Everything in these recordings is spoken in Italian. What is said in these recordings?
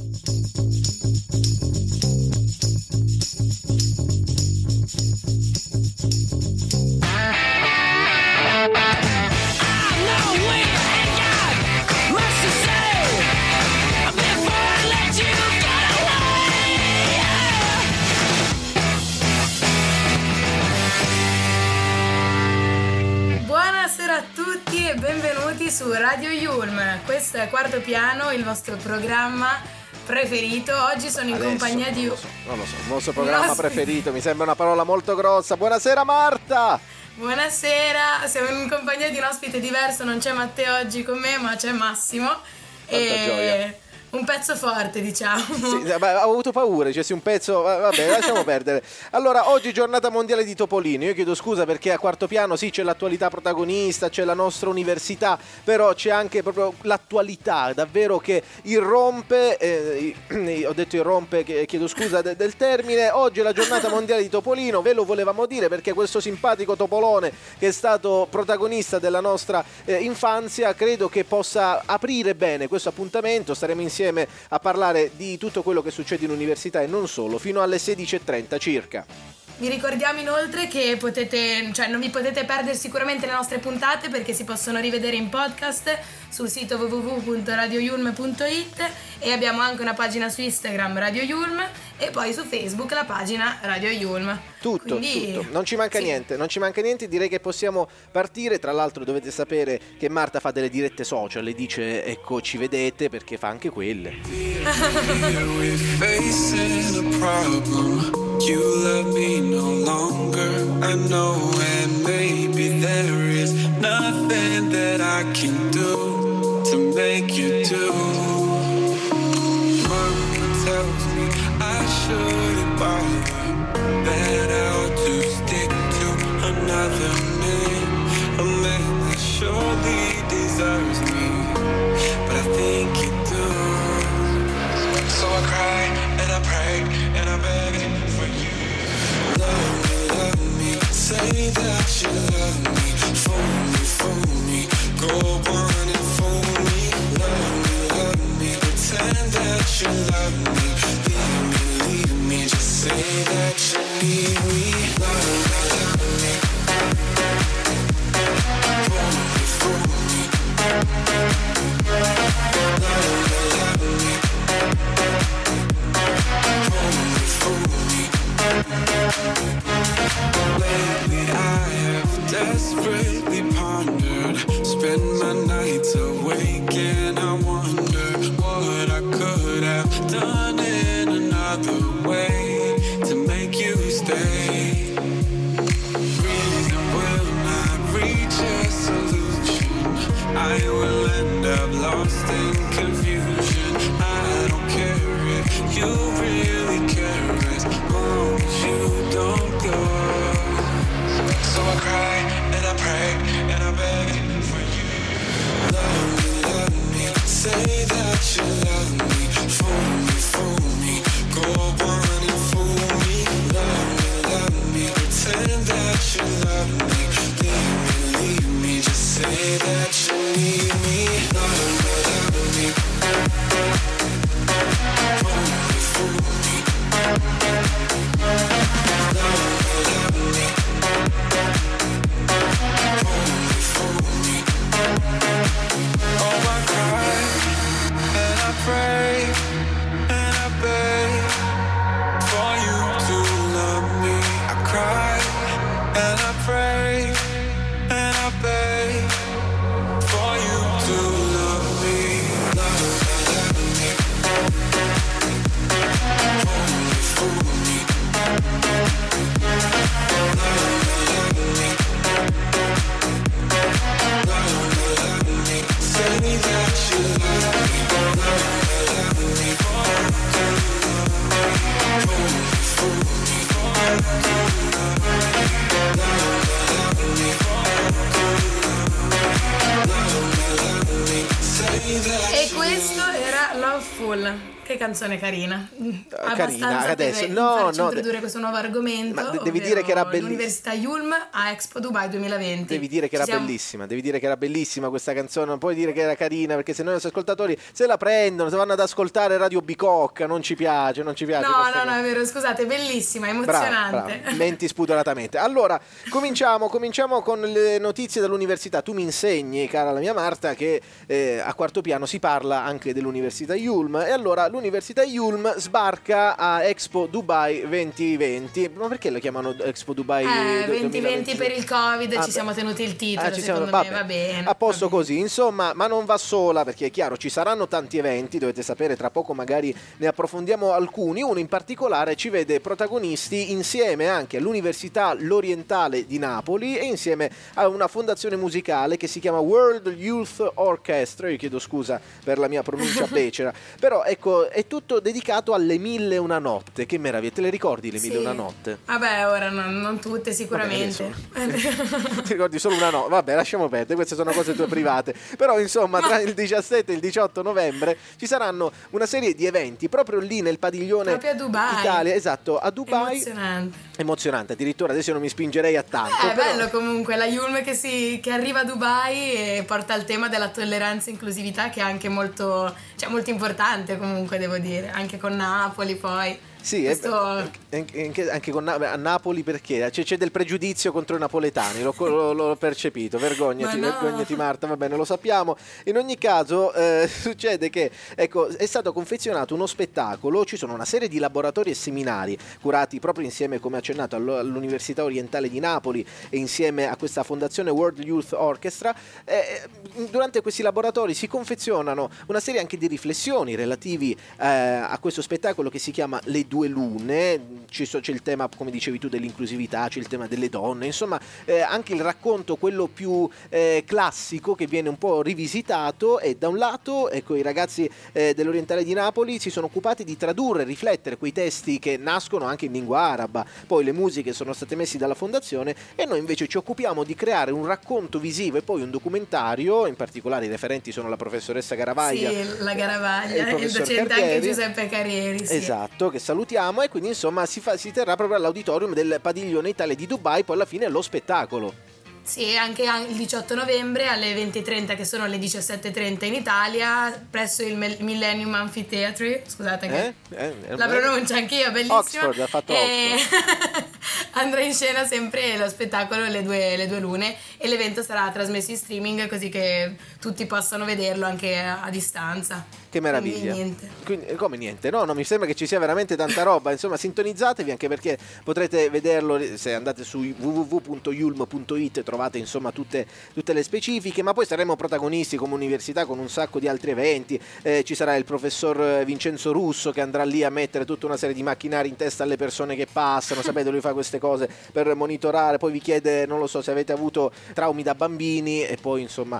Su Radio Yulm, questo è Quarto Piano, il vostro programma preferito. Oggi sono in compagnia di... Non lo so, il vostro programma preferito, mi sembra una parola molto grossa. Buonasera Marta! Buonasera, siamo in compagnia di un ospite diverso, non c'è Matteo oggi con me, ma c'è Massimo. Quanta gioia! Un pezzo forte, diciamo. Sì, ho avuto paura, dicessi un pezzo, vabbè, lasciamo perdere. Allora, oggi giornata mondiale di Topolino. Io chiedo scusa perché a Quarto Piano sì c'è l'attualità protagonista, c'è la nostra università, però c'è anche proprio l'attualità davvero che irrompe, ho detto irrompe, chiedo scusa del termine. Oggi è la giornata mondiale di Topolino, ve lo volevamo dire perché questo simpatico Topolone che è stato protagonista della nostra infanzia credo che possa aprire bene questo appuntamento. Staremo insieme a parlare di tutto quello che succede in università e non solo, fino alle 16:30 circa. Vi ricordiamo inoltre che non vi potete perdere sicuramente le nostre puntate perché si possono rivedere in podcast sul sito www.radioyulm.it e abbiamo anche una pagina su Instagram Radio Yulm e poi su Facebook la pagina Radio Yulm. Tutto, non ci manca niente, direi che possiamo partire. Tra l'altro dovete sapere che Marta fa delle dirette social, le dice ecco ci vedete perché fa anche quelle. You love me no longer, I know, and maybe there is nothing that I can do to make you do. Mama tells me I shouldn't bother, that I ought to stick to another man, a man that surely deserves me, but I think you do. So I cry and I pray and I beg. Love me, say that you love me, fool me, go on and fool me. Love me, pretend that you love me, leave me, just say that you need me. Love me, fool me, lately I have desperately pondered, spend my nights awake and I wonder what I could have done in another way to make you stay. Reason will not reach a solution, I will end up lost in confusion. I don't care if you really care as long as you don't go. So I cry and I pray and I beg for you. Love me, say that you love me, fool me, go on and fool me. Love me, pretend that you love me, leave me, just say that you need me. Love me, fool Che canzone carina. Carina, adesso per farci introdurre questo nuovo argomento. Ma devi dire che era bellissima. L'Università Yulm a Expo Dubai 2020. Devi dire che era bellissima questa canzone, non puoi dire che era carina, perché se no i nostri ascoltatori se la prendono, se vanno ad ascoltare Radio Bicocca, non ci piace. No, è vero, scusate, bellissima, emozionante. Brava. Menti spudoratamente. Allora, cominciamo con le notizie dell'università. Tu mi insegni, cara la mia Marta, che a quarto piano si parla anche dell'Università Yulm, e allora l'Università Yulm sbarca a Expo Dubai 2020. Ma perché lo chiamano Expo Dubai 2020 per il Covid? Ci siamo tenuti il titolo, secondo me va bene. A posto così, insomma, ma non va sola, perché è chiaro, ci saranno tanti eventi, dovete sapere, tra poco magari ne approfondiamo alcuni. Uno in particolare ci vede protagonisti insieme anche all'Università L'Orientale di Napoli e insieme a una fondazione musicale che si chiama World Youth Orchestra. Io chiedo scusa per la mia pronuncia becera, però ecco, è tutto dedicato alle 1001 notte. Che meraviglia, te le ricordi le 1001 notte? Vabbè, ora non tutte sicuramente. Ti ricordi solo una notte? Vabbè, lasciamo perdere, queste sono cose tue private. Però insomma, tra il 17 e il 18 novembre ci saranno una serie di eventi proprio lì nel padiglione proprio a Dubai. Italia, esatto, a Dubai. Emozionante, addirittura adesso non mi spingerei a tanto. È bello comunque la Yulm che arriva a Dubai e porta il tema della tolleranza e inclusività, che è anche molto importante comunque, devo dire, anche con Napoli poi. Sì, anche a Napoli, perché c'è del pregiudizio contro i napoletani, l'ho percepito, vergognati Marta, va bene, lo sappiamo. In ogni caso succede che ecco, è stato confezionato uno spettacolo, ci sono una serie di laboratori e seminari curati proprio insieme, come accennato, all'Università Orientale di Napoli e insieme a questa fondazione World Youth Orchestra. Durante questi laboratori si confezionano una serie anche di riflessioni relativi a questo spettacolo che si chiama Le Due Lune. C'è il tema, come dicevi tu, dell'inclusività, c'è il tema delle donne, insomma anche il racconto, quello più classico, che viene un po' rivisitato. E da un lato, ecco, i ragazzi dell'Orientale di Napoli si sono occupati di tradurre e riflettere quei testi che nascono anche in lingua araba, poi le musiche sono state messe dalla fondazione, e noi invece ci occupiamo di creare un racconto visivo e poi un documentario. In particolare i referenti sono la professoressa Garavaglia, la Garavaglia, il docente anche Giuseppe Carrieri, esatto, che salutiamo. E quindi insomma si terrà proprio all'auditorium del Padiglione Italia di Dubai, poi alla fine lo spettacolo. Sì, anche il 18 novembre alle 20:30, che sono le 17:30 in Italia, presso il Millennium Amphitheatre. Scusate la pronuncia anch'io, bellissima. Oxford, ha fatto Oxford. Andrà in scena sempre lo spettacolo Le Due Lune, e l'evento sarà trasmesso in streaming, così che tutti possano vederlo anche a distanza. Che meraviglia. Quindi, come niente? No, mi sembra che ci sia veramente tanta roba. Insomma, sintonizzatevi, anche perché potrete vederlo se andate su www.yulm.it, trovate insomma tutte le specifiche. Ma poi saremo protagonisti come università con un sacco di altri eventi. Ci sarà il professor Vincenzo Russo, che andrà lì a mettere tutta una serie di macchinari in testa alle persone che passano. Sapete, lui fa queste cose per monitorare, poi vi chiede, non lo so, se avete avuto traumi da bambini, e poi insomma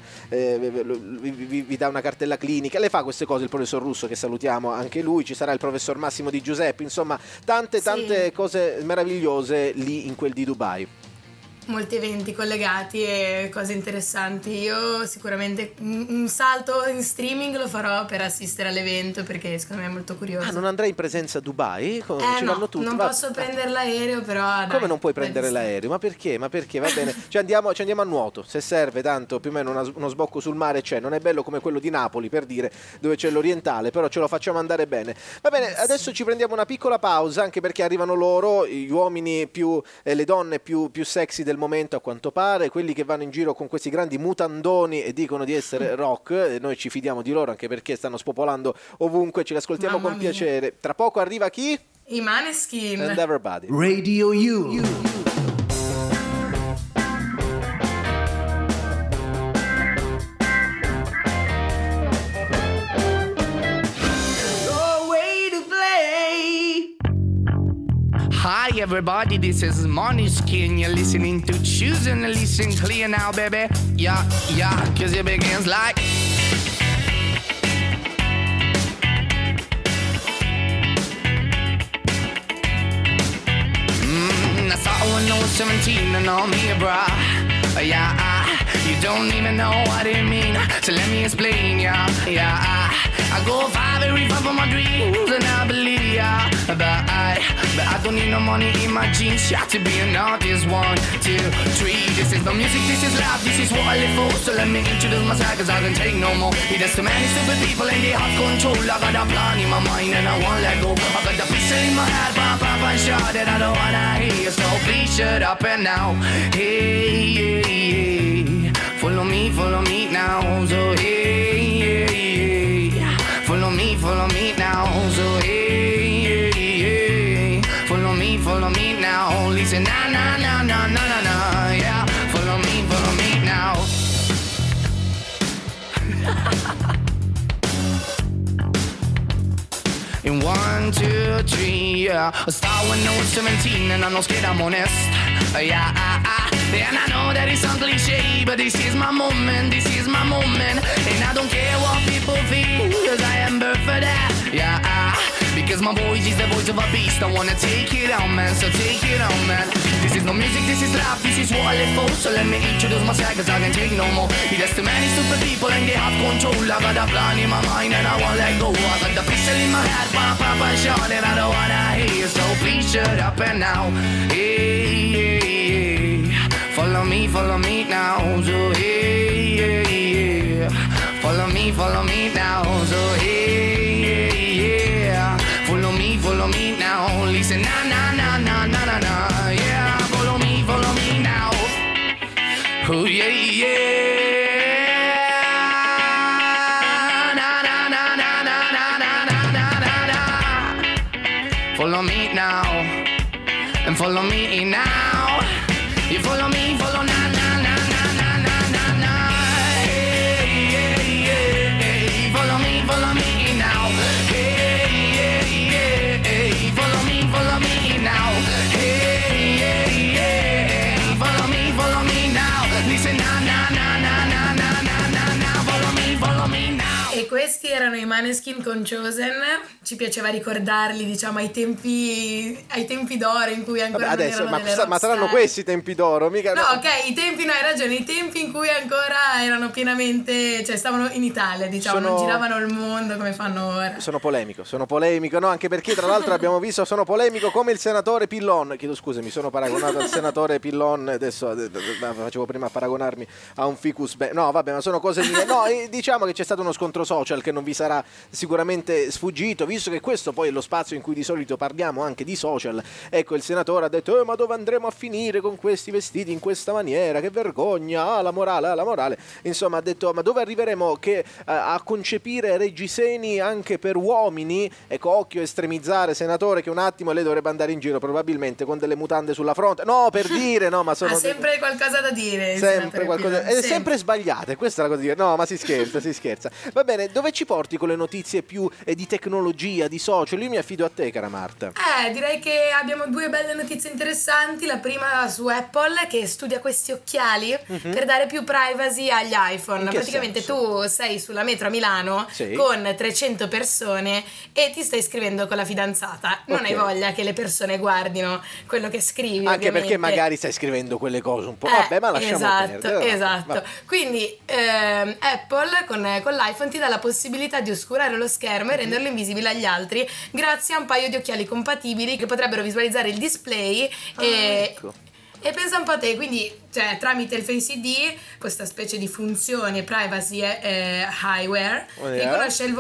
vi dà una cartella clinica. Le fa queste cose il professor Russo, che salutiamo anche lui. Ci sarà il professor Massimo Di Giuseppe, insomma tante cose meravigliose lì in quel di Dubai. Molti eventi collegati e cose interessanti. Io sicuramente un salto in streaming lo farò per assistere all'evento, perché secondo me è molto curioso. Non andrai in presenza a Dubai? No, tutti. Non posso prendere l'aereo, però come non puoi prendere l'aereo? Ma perché? Va bene, ci andiamo a nuoto, se serve, tanto più o meno uno sbocco sul mare c'è. Non è bello come quello di Napoli, per dire, dove c'è l'Orientale, però ce lo facciamo andare bene. Va bene, adesso ci prendiamo una piccola pausa, anche perché arrivano loro, gli uomini più le donne più sexy del momento, a quanto pare, quelli che vanno in giro con questi grandi mutandoni e dicono di essere rock, e noi ci fidiamo di loro, anche perché stanno spopolando ovunque. Ce li ascoltiamo con piacere. Tra poco arriva chi? I Maneskin and Everybody. Radio U. Hi everybody, this is Måneskin. You're listening to Choose and listen clear now, baby. Yeah, cause it begins like I saw her when I was 17 and on me, bruh. Yeah, you don't even know what it means. So let me explain, yeah. I go far, very far from my dream. I don't need no money in my jeans, yeah, to be an artist. 1, 2, 3, this is no music, this is life, this is what I live for. So let me introduce myself, cause I can take no more. There's too many stupid people and they have control. I got a plan in my mind and I won't let go. I got the pistol in my head, pop, pop, and shot that I don't wanna hear. So please shut up and now. Hey, yeah, yeah. Follow me now. So hey, yeah, yeah. Follow me now. So hey, yeah, yeah. Follow me now. Listen, na na na na na na na. Yeah, follow me now. In 1, 2, 3, yeah. I started when I was 17 and I'm not scared, I'm honest. Yeah, and I know that it's some cliche, but this is my moment, and I don't care what people feel, cause I am birthed for that. Yeah, because my voice is the voice of a beast. I wanna take it on, man, so take it on, man. This is no music, this is life, this is what I live for. So let me introduce myself, cause I can take no more. There's too many stupid people and they have control. I got a plan in my mind and I won't let go. I got the pistol in my head, pop, pop, and shot that I don't wanna hear. So please shut up and now. Hey, yeah, yeah. Follow me now. So hey, yeah, yeah. Follow me now. So hey, yeah, yeah. Follow me now. Listen, na na na na na na na. Yeah, follow me now. Oh yeah, yeah. Na na na na na na na na na na. Follow me now, and follow me now. You follow me, follow na na na na na na na na. Hey, yeah, yeah, hey. Follow me now. Hey, yeah, yeah, hey. Follow me now. Hey, yeah, yeah, follow me now. Listen, na na na na na na na na. Follow me now. E questi erano i Maneskin con Chosen. Ci piaceva ricordarli, diciamo, ai tempi d'oro in cui ancora adesso, non erano ma saranno questi i tempi d'oro, mica no, ok, i tempi, no, hai ragione, i tempi in cui ancora erano pienamente, cioè stavano in Italia, diciamo, non giravano il mondo come fanno ora. Sono polemico, no, anche perché tra l'altro abbiamo visto, sono polemico come il senatore Pillon. Chiedo scusa, mi sono paragonato al senatore Pillon, adesso facevo prima a paragonarmi a un ficus, no vabbè, ma sono cose mie. No, diciamo che c'è stato uno scontro social che non vi sarà sicuramente sfuggito, visto che questo poi è lo spazio in cui di solito parliamo anche di social. Ecco, il senatore ha detto ma dove andremo a finire con questi vestiti in questa maniera, che vergogna, la morale. Insomma, ha detto ma dove arriveremo a concepire reggiseni anche per uomini? Ecco, occhio a estremizzare, senatore, che un attimo lei dovrebbe andare in giro probabilmente con delle mutande sulla fronte, no, per dire, no, ma sono ha sempre qualcosa da dire, sempre qualcosa, ed è sempre sbagliate, questa è la cosa da dire. No, ma si scherza. Va bene, dove ci porti con le notizie più di tecnologia, di social? Io mi affido a te, cara Marta. Direi che abbiamo due belle notizie interessanti. La prima su Apple, che studia questi occhiali per dare più privacy agli iPhone. Praticamente senso? tu sei sulla metro a Milano con 300 persone e ti stai scrivendo con la fidanzata. Non hai voglia che le persone guardino quello che scrivi, anche ovviamente. perché magari stai scrivendo quelle cose un po', vabbè, ma lasciamo perdere. Esatto. Quindi Apple con l'iPhone ti dà la possibilità di oscurare lo schermo e renderlo invisibile agli altri grazie a un paio di occhiali compatibili che potrebbero visualizzare il display e pensa un po' a te, quindi cioè, tramite il Face ID, questa specie di funzione privacy eyewear, riconosce il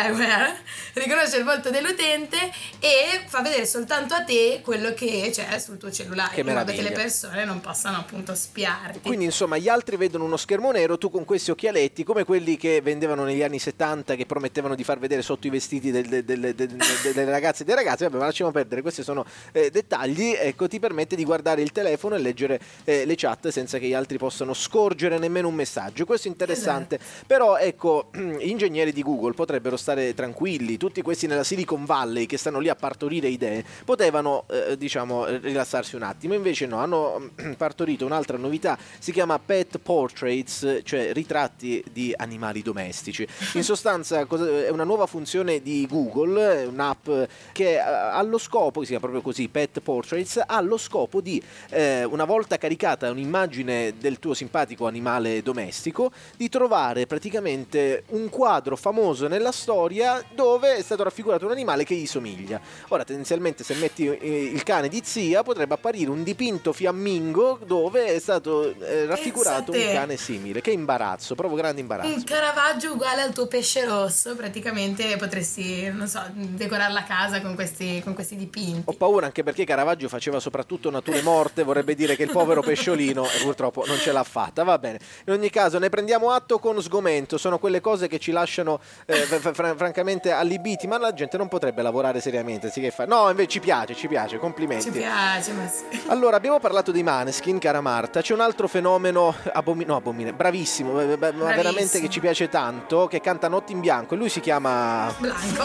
volto dell'utente e fa vedere soltanto a te quello che c'è sul tuo cellulare, in modo che le persone non possano appunto spiarti. Quindi insomma gli altri vedono uno schermo nero, tu con questi occhialetti, come quelli che vendevano negli anni 70, che promettevano di far vedere sotto i vestiti delle ragazze e dei ragazzi. Vabbè, ma lasciamo perdere, questi sono dettagli. Ecco, ti permette di guardare il telefono e leggere le chat senza che gli altri possano scorgere nemmeno un messaggio. Questo è interessante. Però ecco, gli ingegneri di Google potrebbero stare tranquilli, tutti questi nella Silicon Valley che stanno lì a partorire idee potevano diciamo rilassarsi un attimo, invece no, hanno partorito un'altra novità, si chiama Pet Portraits, cioè ritratti di animali domestici. In sostanza è una nuova funzione di Google, un'app che ha lo scopo, che si chiama proprio così, Pet Portraits, ha lo scopo di una volta caricata un'immagine del tuo simpatico animale domestico, di trovare praticamente un quadro famoso nella storia dove è stato raffigurato un animale che gli somiglia. Ora, tendenzialmente, se metti il cane di zia, potrebbe apparire un dipinto fiammingo dove è stato raffigurato un cane simile. Che imbarazzo, proprio grande imbarazzo. Un Caravaggio uguale al tuo pesce rosso, praticamente potresti, non so, decorare la casa con questi dipinti. Ho paura anche perché Caravaggio faceva soprattutto nature morte, vorrebbe dire che il povero pesciolino purtroppo non ce l'ha fatta. Va bene, in ogni caso ne prendiamo atto con sgomento, sono quelle cose che ci lasciano francamente allibiti, ma la gente non potrebbe lavorare seriamente, sì che fa. No, invece ci piace, complimenti. Ci piace, ma sì. Allora, abbiamo parlato dei Maneskin, cara Marta, c'è un altro fenomeno bravissimo, veramente che ci piace tanto, che canta Notti in bianco, e lui si chiama Blanco.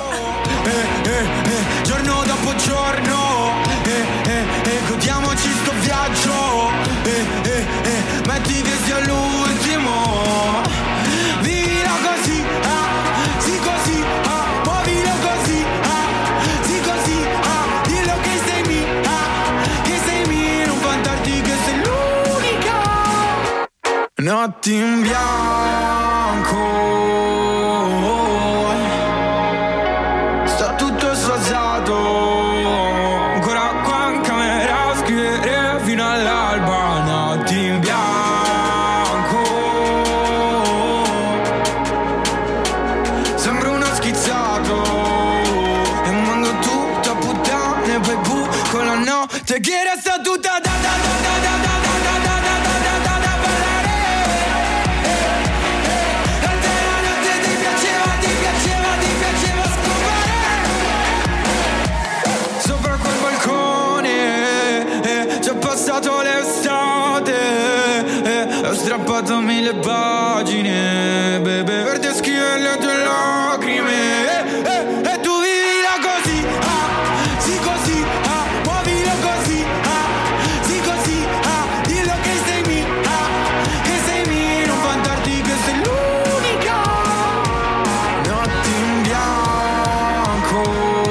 Giorno dopo giorno, godiamoci sto viaggio, metti che sia l'ultimo, vivilo così, sì così, muovilo così, sì così, dillo che sei mia, non vantarti che sei l'unica. Notti in bianco, sta tutto sfasato, ancora qua in camera a scrivere fino all'alba. Notti in bianco, sembro uno schizzato e mando tutto a puttane, poi con la notte che resta tutta da passato l'estate, ho strappato 1000 pagine, bebe, per descrivere le tue lacrime, e tu vivila così, sì così, muovilo così, sì così, dillo che sei mia, non vantarti che sei l'unica. Notti in bianco,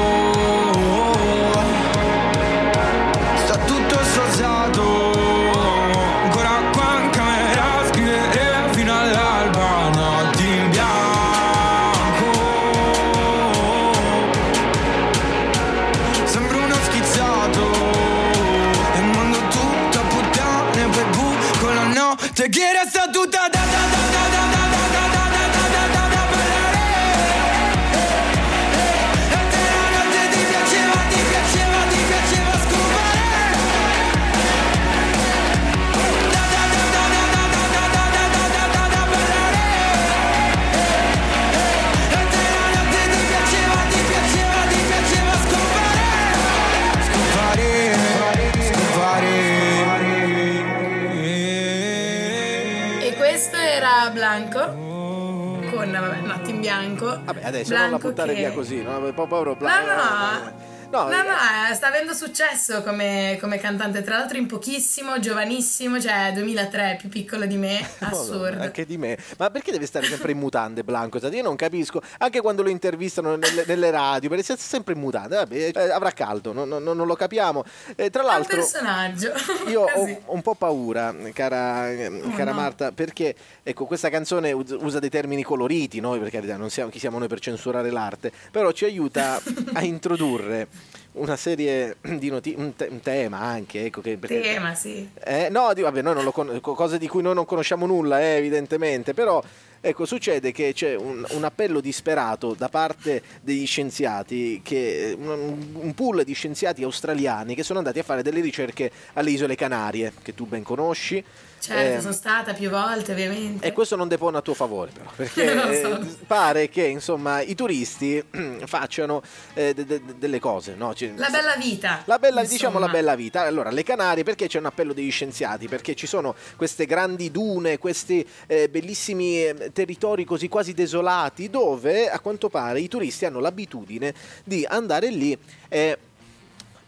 sta tutto sfasato, ancora qua in camera a scrivere fino all'alba. Notti in bianco, sembro uno schizzato e mando tutto a puttane, poi con la notte che resta tutta da Blanco con Notti in bianco. Vabbè, adesso Blanco non la buttare via così, no? Povero Blanco. No, sta avendo successo come cantante, tra l'altro in pochissimo, giovanissimo, cioè 2003, più piccolo di me, assurdo. Anche di me. Ma perché deve stare sempre in mutande Blanco? Io non capisco, anche quando lo intervistano nelle radio, perché è sempre in mutande, vabbè, avrà caldo, non lo capiamo. Tra l'altro, è un personaggio. Io ho un po' paura, cara Marta, perché ecco, questa canzone usa dei termini coloriti, noi per carità non siamo chi siamo noi per censurare l'arte, però ci aiuta a introdurre una serie di un tema anche, ecco, che tema, sì. No, vabbè, noi non cose di cui noi non conosciamo nulla, evidentemente, però ecco, succede che c'è un appello disperato da parte degli scienziati, un pool di scienziati australiani che sono andati a fare delle ricerche alle Isole Canarie, che tu ben conosci. Certo, sono stata più volte, ovviamente. E questo non depone a tuo favore, però, perché pare che, insomma, i turisti facciano delle cose, no? La bella vita. Diciamo la bella vita. Allora, le Canarie, perché c'è un appello degli scienziati? Perché ci sono queste grandi dune, questi bellissimi territori così quasi desolati, dove, a quanto pare, i turisti hanno l'abitudine di andare lì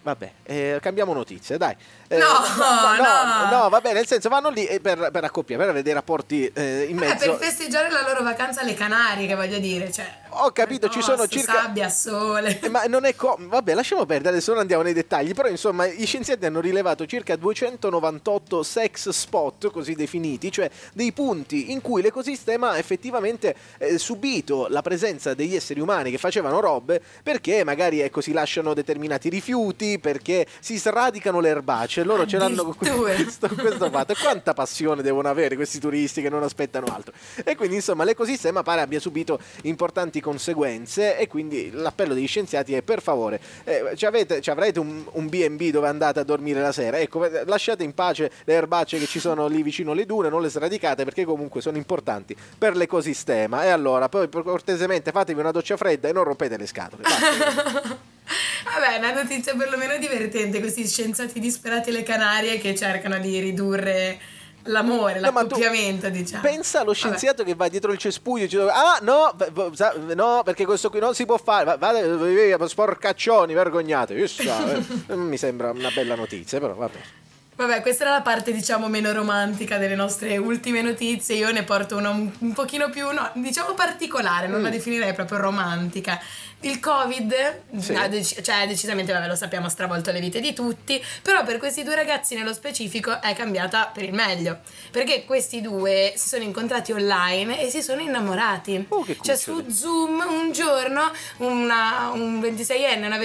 Vabbè, cambiamo notizie, dai. No, vabbè, nel senso vanno lì per accoppiare, per avere dei rapporti in mezzo. Per festeggiare la loro vacanza alle Canarie, che voglio dire, cioè. Ho capito, ci sono circa sabbia, sole. Ma non è vabbè, lasciamo perdere, adesso non andiamo nei dettagli, però insomma gli scienziati hanno rilevato circa 298 sex spot, così definiti, cioè dei punti in cui l'ecosistema ha effettivamente subito la presenza degli esseri umani che facevano robe, perché magari si lasciano determinati rifiuti, perché si sradicano le erbacee, loro ce l'hanno con questo fatto. E quanta passione devono avere questi turisti che non aspettano altro. E quindi insomma l'ecosistema pare abbia subito importanti conseguenze, e quindi l'appello degli scienziati è: per favore, ci avrete un B&B dove andate a dormire la sera, ecco, lasciate in pace le erbacee che ci sono lì vicino alle dune, non le sradicate, perché comunque sono importanti per l'ecosistema. E allora poi cortesemente fatevi una doccia fredda e non rompete le scatole. Vabbè, una notizia perlomeno divertente, questi scienziati disperati alle Canarie che cercano di ridurre l'amore, l'accoppiamento, diciamo. Pensa allo scienziato che va dietro il cespuglio e dice: no, perché questo qui non si può fare, vada, sporcaccioni, vergognate. Non mi sembra una bella notizia, però vabbè. Vabbè, questa era la parte, diciamo, meno romantica delle nostre ultime notizie. Io ne porto una un pochino più, diciamo particolare, non la definirei proprio romantica. Il Covid, decisamente, vabbè, lo sappiamo, ha stravolto le vite di tutti, però per questi due ragazzi nello specifico è cambiata per il meglio, perché questi due si sono incontrati online e si sono innamorati. Cioè su Zoom un giorno un 26enne e una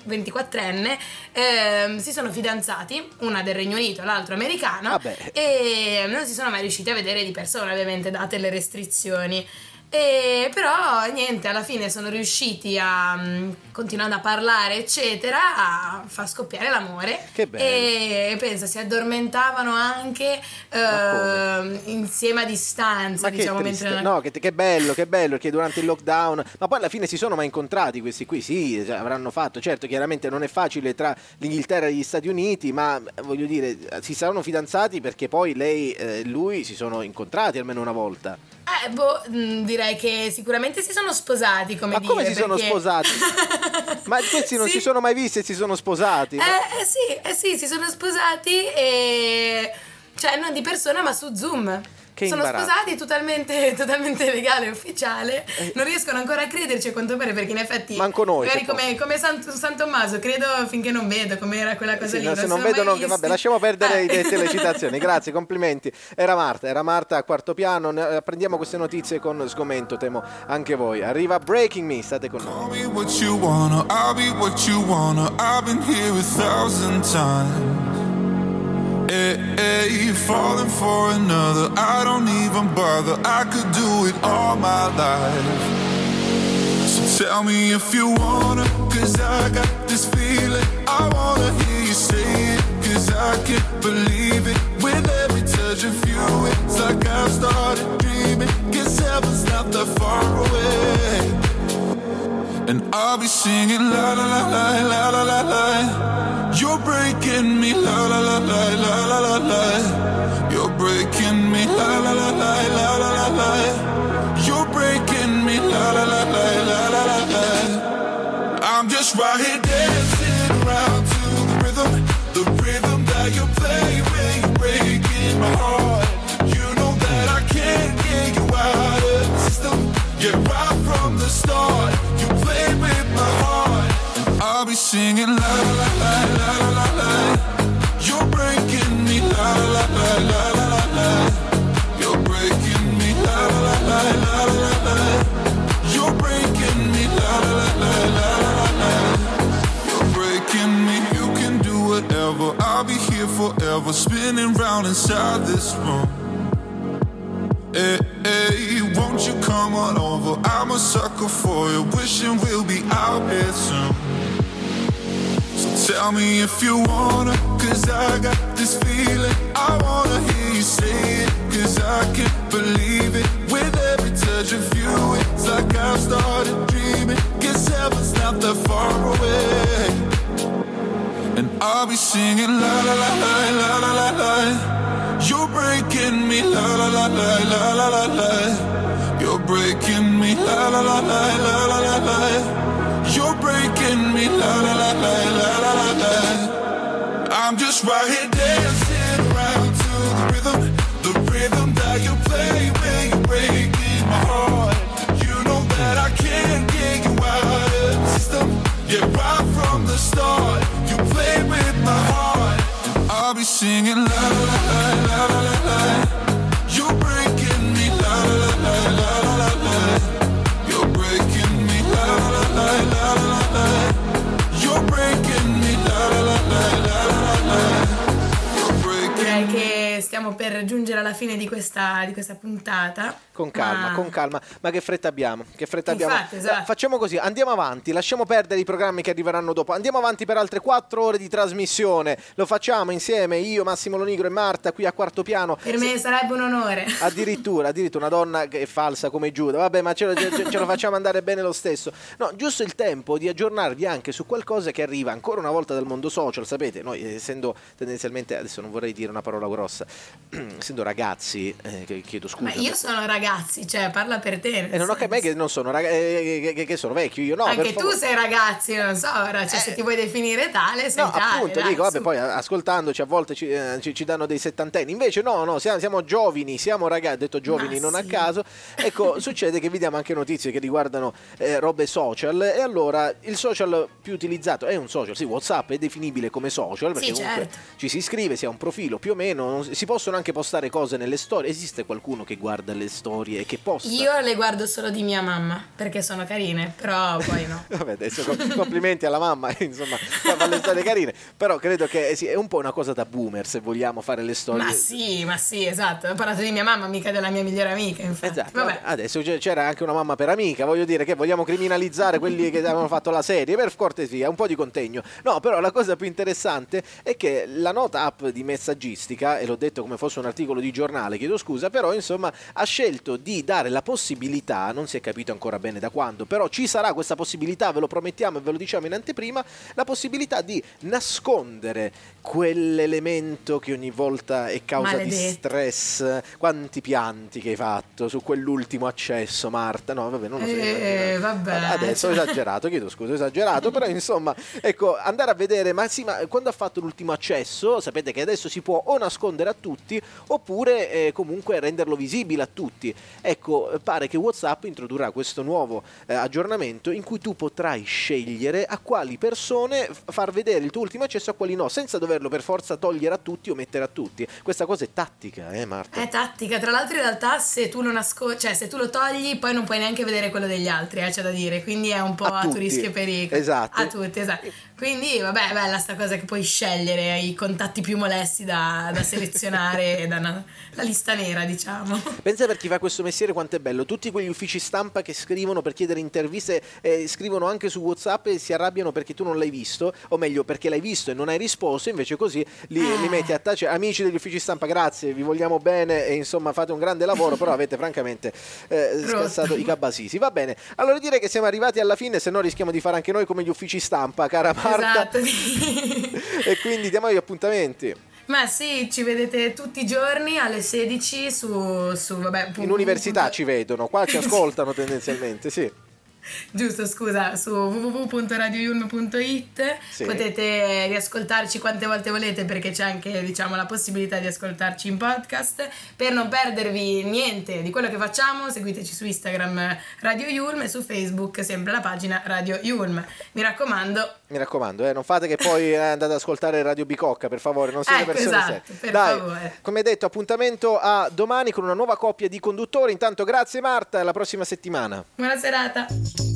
24enne si sono fidanzati, una del Regno Unito, l'altro americano, e non si sono mai riusciti a vedere di persona, ovviamente, date le restrizioni. Però niente, alla fine sono riusciti a, continuando a parlare eccetera, a far scoppiare l'amore. Che bello. E pensa, si addormentavano anche insieme a distanza, ma diciamo, che bello, che durante il lockdown, ma poi alla fine si sono mai incontrati questi qui? Sì, avranno fatto, certo, chiaramente non è facile tra l'Inghilterra e gli Stati Uniti, ma voglio dire, si saranno fidanzati perché poi lei e lui si sono incontrati almeno una volta. Direi che sicuramente si sono sposati, Ma come si sono sposati? Ma questi non si sono mai visti e si sono sposati? Sì, si sono sposati, cioè non di persona ma su Zoom. Che sono sposati totalmente legale e ufficiale. Non riescono ancora a crederci, a quanto pare, perché in effetti manco noi, magari come San Tommaso, credo finché non vedo, come era quella cosa lì. Se non vedono, vabbè, lasciamo perdere le citazioni. Grazie, complimenti. Era Marta a Quarto Piano. Prendiamo queste notizie con sgomento, temo anche voi. Arriva Breaking Me, state con noi. Tell me what you wanna, I'll be what you wanna. I've been here 1,000 times. Falling for another, I don't even bother. I could do it all my life. So tell me if you wanna, 'cause I got this feeling. I wanna hear you say it, 'cause I can't believe it. With every touch of you, it's like I've started dreaming. 'Cause heaven's not that far away. And I'll be singing la la la la la la la la. You're breaking me, la la la la la la la la. You're breaking me, la la la la la la la la. You're breaking me, la la la la la la la la. I'm just right here dancing around to the rhythm that you play when you're breaking my heart. You know that I can't get you out of the system. Yeah, right from the start, you played with my heart. And I'll be singing la la la la la la la. You're breaking me, la la la la la la la. You're breaking me, la la la la la la la. You're breaking me, la la la la la la. You're breaking me. You can do whatever, I'll be here forever, spinning round inside this room. Hey, won't you come on over? I'm a sucker for you, wishing we'll be out here soon. So tell me if you wanna, 'cause I got this feeling. I wanna hear you say it, 'cause I can't believe it. With every touch of you, it's like I've started dreaming. 'Cause heaven's not that far away. And I'll be singing la la la la la la la la. You're breaking me, la la la la la la la la. You're breaking me, la la la la la la la la. You're breaking me, la la la la la la la. I'm just right here dancing around to the rhythm that you play when you're breaking my heart. You know that I can't get you out of the system. Yeah, right from the start, you play with my heart. I'll be singing la la la la la la la. You're breaking me la la la la la la la. You're breaking me la la la la la la. You're breaking me la la la la la la. Direi che stiamo per giungere alla fine di questa puntata. Con calma, ma che fretta abbiamo? Infatti, esatto. Facciamo così, andiamo avanti, lasciamo perdere i programmi che arriveranno dopo, andiamo avanti per altre 4 ore di trasmissione, lo facciamo insieme, io, Massimo Lonigro e Marta qui a Quarto Piano. Per me sarebbe un onore. Addirittura una donna che è falsa come Giuda, vabbè, ma ce lo facciamo andare bene lo stesso. No, giusto il tempo di aggiornarvi anche su qualcosa che arriva ancora una volta dal mondo social, sapete, noi essendo tendenzialmente, adesso non vorrei dire una parola grossa, essendo ragazzi, chiedo scusa. Ma io sono ragazzi, cioè parla per te. E non ho capito, me che non sono che sono vecchio, io no. Anche tu sei ragazzi, non so, ora, cioè se ti vuoi definire tale, sei no, tale. appunto, dai, dico, vabbè, poi ascoltandoci a volte ci danno dei settantenni, invece no, siamo giovani, siamo ragazzi, detto giovani non sì. a caso, ecco, succede che vi diamo anche notizie che riguardano robe social, e allora il social più utilizzato è un social, sì, WhatsApp è definibile come social, perché sì, comunque certo. ci si iscrive, si ha un profilo più o meno, si possono anche postare cose nelle storie, esiste qualcuno che guarda le storie e che posta? Io le guardo solo di mia mamma, perché sono carine, però poi no. Vabbè, adesso complimenti alla mamma, insomma, fa le storie carine, però credo che sì, è un po' una cosa da boomer se vogliamo fare le storie. Ma sì, esatto, ho parlato di mia mamma, mica della mia migliore amica, infatti. Esatto, vabbè. Adesso c'era anche una mamma per amica, voglio dire che vogliamo criminalizzare quelli che avevano fatto la serie, per cortesia, un po' di contegno. No, però la cosa più interessante è che la nota app di messaggistica, e l'ho detto come fosse un articolo di giornale, chiedo scusa, però insomma ha scelto di dare la possibilità, non si è capito ancora bene da quando, però ci sarà questa possibilità, ve lo promettiamo e ve lo diciamo in anteprima, la possibilità di nascondere quell'elemento che ogni volta è causa di stress. Quanti pianti che hai fatto su quell'ultimo accesso, Marta? No, vabbè, non lo so. Vabbè. Adesso ho esagerato, chiedo scusa, ho esagerato, però insomma, ecco, andare a vedere, ma quando ha fatto l'ultimo accesso, sapete che adesso si può o nascondere a tutti, oppure comunque renderlo visibile a tutti. Ecco, pare che WhatsApp introdurrà questo nuovo aggiornamento in cui tu potrai scegliere a quali persone far vedere il tuo ultimo accesso, a quali no, senza doverlo per forza togliere a tutti o mettere a tutti. Questa cosa è tattica, Marta? È tattica, tra l'altro in realtà se tu lo cioè se tu lo togli poi non puoi neanche vedere quello degli altri, c'è da dire, quindi è un po' a tuo rischio e pericolo. Esatto. A tutti, esatto. Quindi vabbè, bella sta cosa che puoi scegliere i contatti più molesti da selezionare da la lista nera, diciamo. Pensa, per chi fa questo mestiere quanto è bello, tutti quegli uffici stampa che scrivono per chiedere interviste, scrivono anche su WhatsApp e si arrabbiano perché tu non l'hai visto, o meglio perché l'hai visto e non hai risposto, invece così li metti a tace. Amici degli uffici stampa, grazie, vi vogliamo bene e insomma fate un grande lavoro, però avete francamente scassato i cabasisi. Va bene, allora direi che siamo arrivati alla fine, se no rischiamo di fare anche noi come gli uffici stampa, cara Marta. Esatto. E quindi diamo gli appuntamenti. Ma sì, ci vedete tutti i giorni alle 16 su vabbè, in università ci vedono, qua ci ascoltano tendenzialmente, sì. Giusto, scusa, su www.radioyulm.it sì. Potete riascoltarci quante volte volete, perché c'è anche, diciamo, la possibilità di ascoltarci in podcast. Per non perdervi niente di quello che facciamo, seguiteci su Instagram Radio Yulm e su Facebook sempre la pagina Radio Yulm. Mi raccomando, non fate che poi andate ad ascoltare Radio Bicocca, per favore, non siete persone esatto, serie. per Dai, favore. come detto, appuntamento a domani con una nuova coppia di conduttori. Intanto grazie Marta, alla prossima settimana. Buona serata.